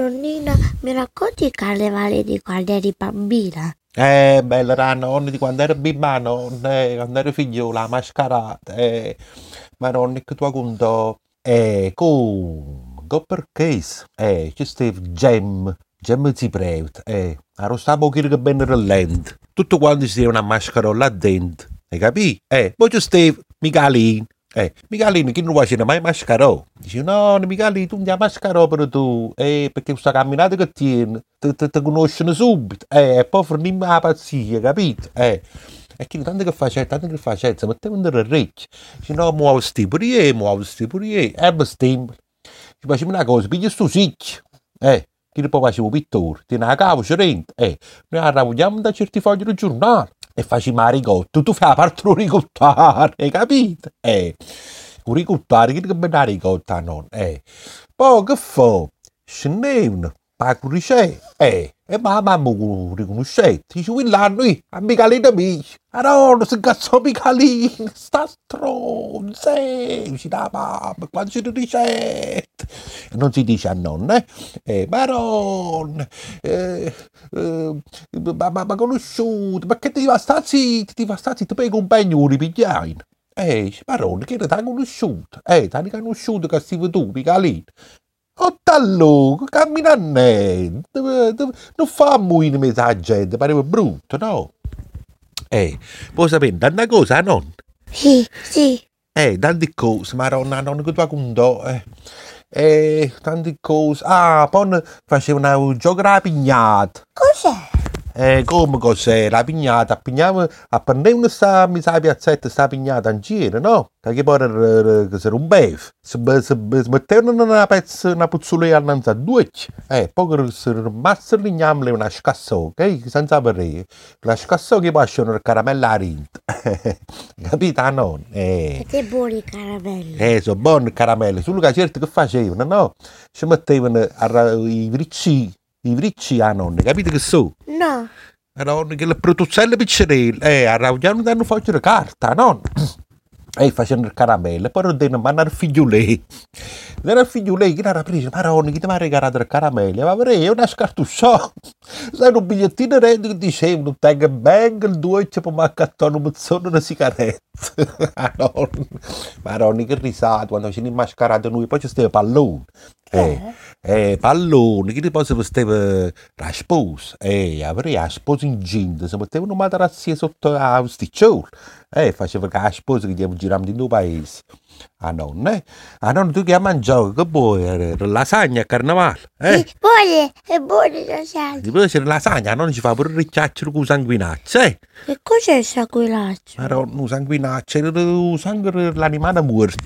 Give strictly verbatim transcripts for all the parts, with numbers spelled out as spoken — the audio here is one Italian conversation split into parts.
nonnina, mi racconti i carnevali di quando eri bambina? Eh, bella la nonna di quando ero bambino, eh, quando ero figlio, la mascherata, eh, ma non è che tu conto, eh, con, con perché, eh, ci stava Gem, Gem Zipreut, eh, arrostavo che era bene relento, tutto quanto si una maschera là dentro, hai capito? Eh, poi ci stava Michalin. Eh, Michalino che non faceva mai mascherò. Dice, no, Michalino, tu non ti mascherò per tu, eh, perché questa camminata che tieni, ti, ti, ti conoscono subito, eh, e poi forniamo la pazzia, capito? Eh, e che tanto che faceva, tanto che faceva, si metteva in orecchie. Dice, no, muovo sti pure io, muovo sti pure io, e mi stimolo. Ci facciamo una cosa, piglia sto sicchio, eh, che poi facevo pittore, tiene la cavo, ci rende, eh, noi arravigliamo da certi fogli del giornale. E facciamo la ricotta, tu fai la parte del ricottare, hai capito? Eh, un ricottare, che è una ricotta, non? Eh, poi che fa? Scendevano, pago ricette, eh, e mamma mi riconoscete, dice, là noi, a Michalino amici, ah no, non si incazzò Michalino, sta stronza, dice la mamma, quando ci ricette, non si dice a nonna, eh, eh Maron, eh, eh, ma, ma, ma conosciuto, ma che ti va sta zitto, ti va sta zitto, poi i compagni li pigliai. Eh, Marone, che ti ha conosciuto? Eh, ti ha conosciuto che sei tu, Michalino. Oh, tallo, cammina a me, non fa muovere mezza gente, pareva brutto, no? Eh, puoi sapere, tanta cosa, non? Sì, sì. Eh, tante cose, Maronna, non che tu contò, eh. Eh, tante cose. Ah, poi faceva un gioco alla pignata. Cos'è? Eh, come cos'è? La pignata, appigniamo, appendevano sta, mi sa, piazzetta, sta pignata in giro, no? Che poi era, era un beef. Si, si, si mettevano una pezza, una puzzolea innanzi a due, eh, poi si rimassero lignamle una scassò, ok? Senza parere. La scassò che poi c'è una caramella a rint. Capito? Non? Eh. Siete buoni i caramelli. Eh, sono buoni caramelle. Solo che certo che facevano, no? Ci mettevano a, i vricci, i vricci a nonna, capite che so? No. Nonna, che le produzzelle piccerelle, eh, arrabbiano danno fuori la carta, no? E facevano il caramello, poi lo danno a al figlio lei. Era il figlio lei che era preso, ma Ronny, chi ti ha regalato il caramello? Ma avrei una scartuccia. Sai, un bigliettino rendo che diceva, non tenga bang, il due c'è poi maccattone, un mezzone, una sigaretta. Ma Ronny, che risata, quando ci hanno mascarato noi, poi c'è stato pallone. Eh, eh, pallone, che poi si stava la sposa, eh, avrei la sposa in ginta, si metteva una materazzia sotto la sticcione, eh, faceva che la sposa che gli giravamo in due paesi. Ah nonna, eh? Ah nonna, tu che hai mangiato, che vuoi? Lasagna a carnevale, eh? Sì, buone, è buone la lasagna. Ti piace la lasagna? Non ci fa pure il ricciaccio con sanguinaccio, eh? Che cos'è il sanguinaccio? Ma no, sanguinaccio, il sangue dell'animale morto.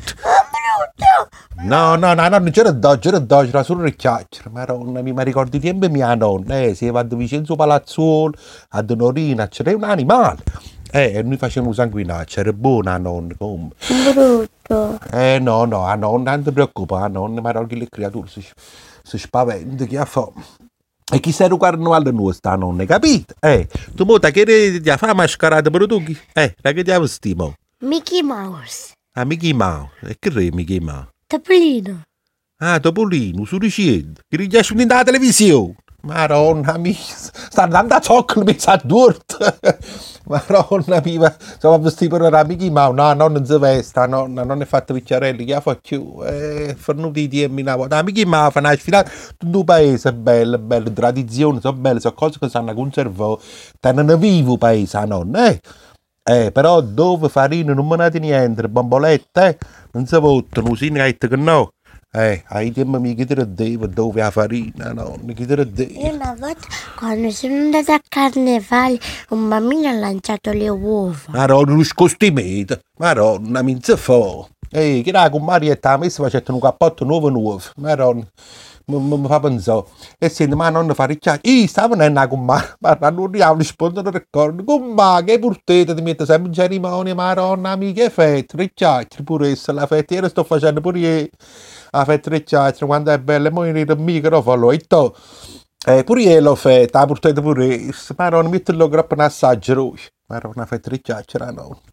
No, no, no, no, non c'era d'oggi, c'era d'oggi, era solo il chiacchiere. Ma nonna, mi ricordo i tempi mia nonna, eh, si va vicino al palazzuolo, a Donorina, c'era un animale. Eh, e noi facevamo sanguinaccio, era buona nonna, come. Brutto. Eh, no, no, a nonna, non ti preoccupare, a nonna, ma che le creature si, si spaventa, che ha fatto. E chi sei il carnevale nostro, nonna, capito? Eh, tu mo, che ti fa mascherata per tu? Eh, la che ti ha vestito? Mickey Mouse. Ah, Mickey Mouse, e che re Mickey Mouse? Topolino. Ah, Topolino, su ricette, che riesce in dalla televisione. Maronna mia, sta andando a zoccolo, mi sa d'urto. Maronna mia, stavo vestito per la Mickey Mouse, no, no, non si veste, no, non è fatto picciarelli, che ha fatto più, eh, fornuti i tempi, no, la Mickey Mouse fa una sfilata, tutto il paese è bello, bello, tradizioni, sono belle, sono cose che sanno conservare, tengono vivo il paese, no, eh? Eh, però dove farina non me ne date niente, bombolette, eh, non si votano, usine che che no. Eh, ai tempi mi chiedere Dio dove la farina, no, mi chiedere Dio. Io una volta, quando sono andata a carnevale, un bambino ha lanciato le uova. Ma no, non scostimete, ma no, non mi si fa. Eh, che era con Marietta ha messo facendo un cappotto nuovo nuovo, ma no, mi fa pensare. E senti, ma non fa ricciare, io stavo nella con me, ma non riesco a rispondere, ricordo, con me, che portete, ti mette sempre in cerimonia, ma no, mica che fette, ricciare, pure essa, la fetta, io sto facendo pure io. La fetta ricciaccia, quando è bella, mo in il microfono, e to. Eh, pure io l'ho fatta, la portate pure io, ma non metto il groppo in assaggio, ma era una fetta ricciaccia, no.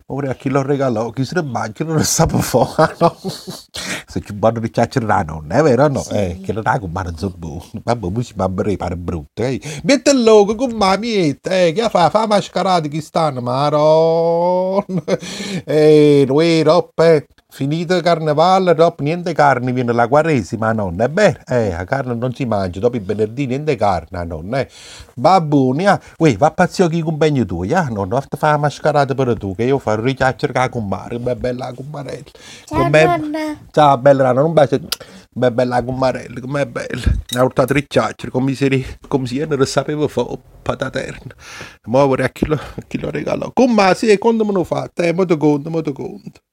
ora a chi lo regalò, chi se ne mangia non lo sa per fare, no? Se ci buono di chiacchiere la nonna, è vero o no? Sì. Eh, che non ha con mano zobbu, vabbè, mi si mamma pare brutto, eh. Mette il logo con mamma, eh, che fa? Fa mascherati chi stanno, maronna, eh, noi, roppe. Finito il carnevale, dopo niente carne, viene la quaresima, nonna. È bene, eh, la carne non si mangia, dopo il venerdì niente carne, nonna. Eh. Va buono, eh. Uè, va pazzio chi compagni tu, eh, nonna, ti fa la mascherata per tu, che io farò richiacciare con Mario, come bella commarella. Ciao Com'è... nonna. Ciao, bella nonna, non bacio. Com'è bella commarella, com'è bella. Ha urtato richiacciare, come si, come si non lo sapevo fare, pataterna. Ma ora a chi lo, a chi lo regalò. Come sì, quando me lo fa? Eh, mo te conto, mo te conto.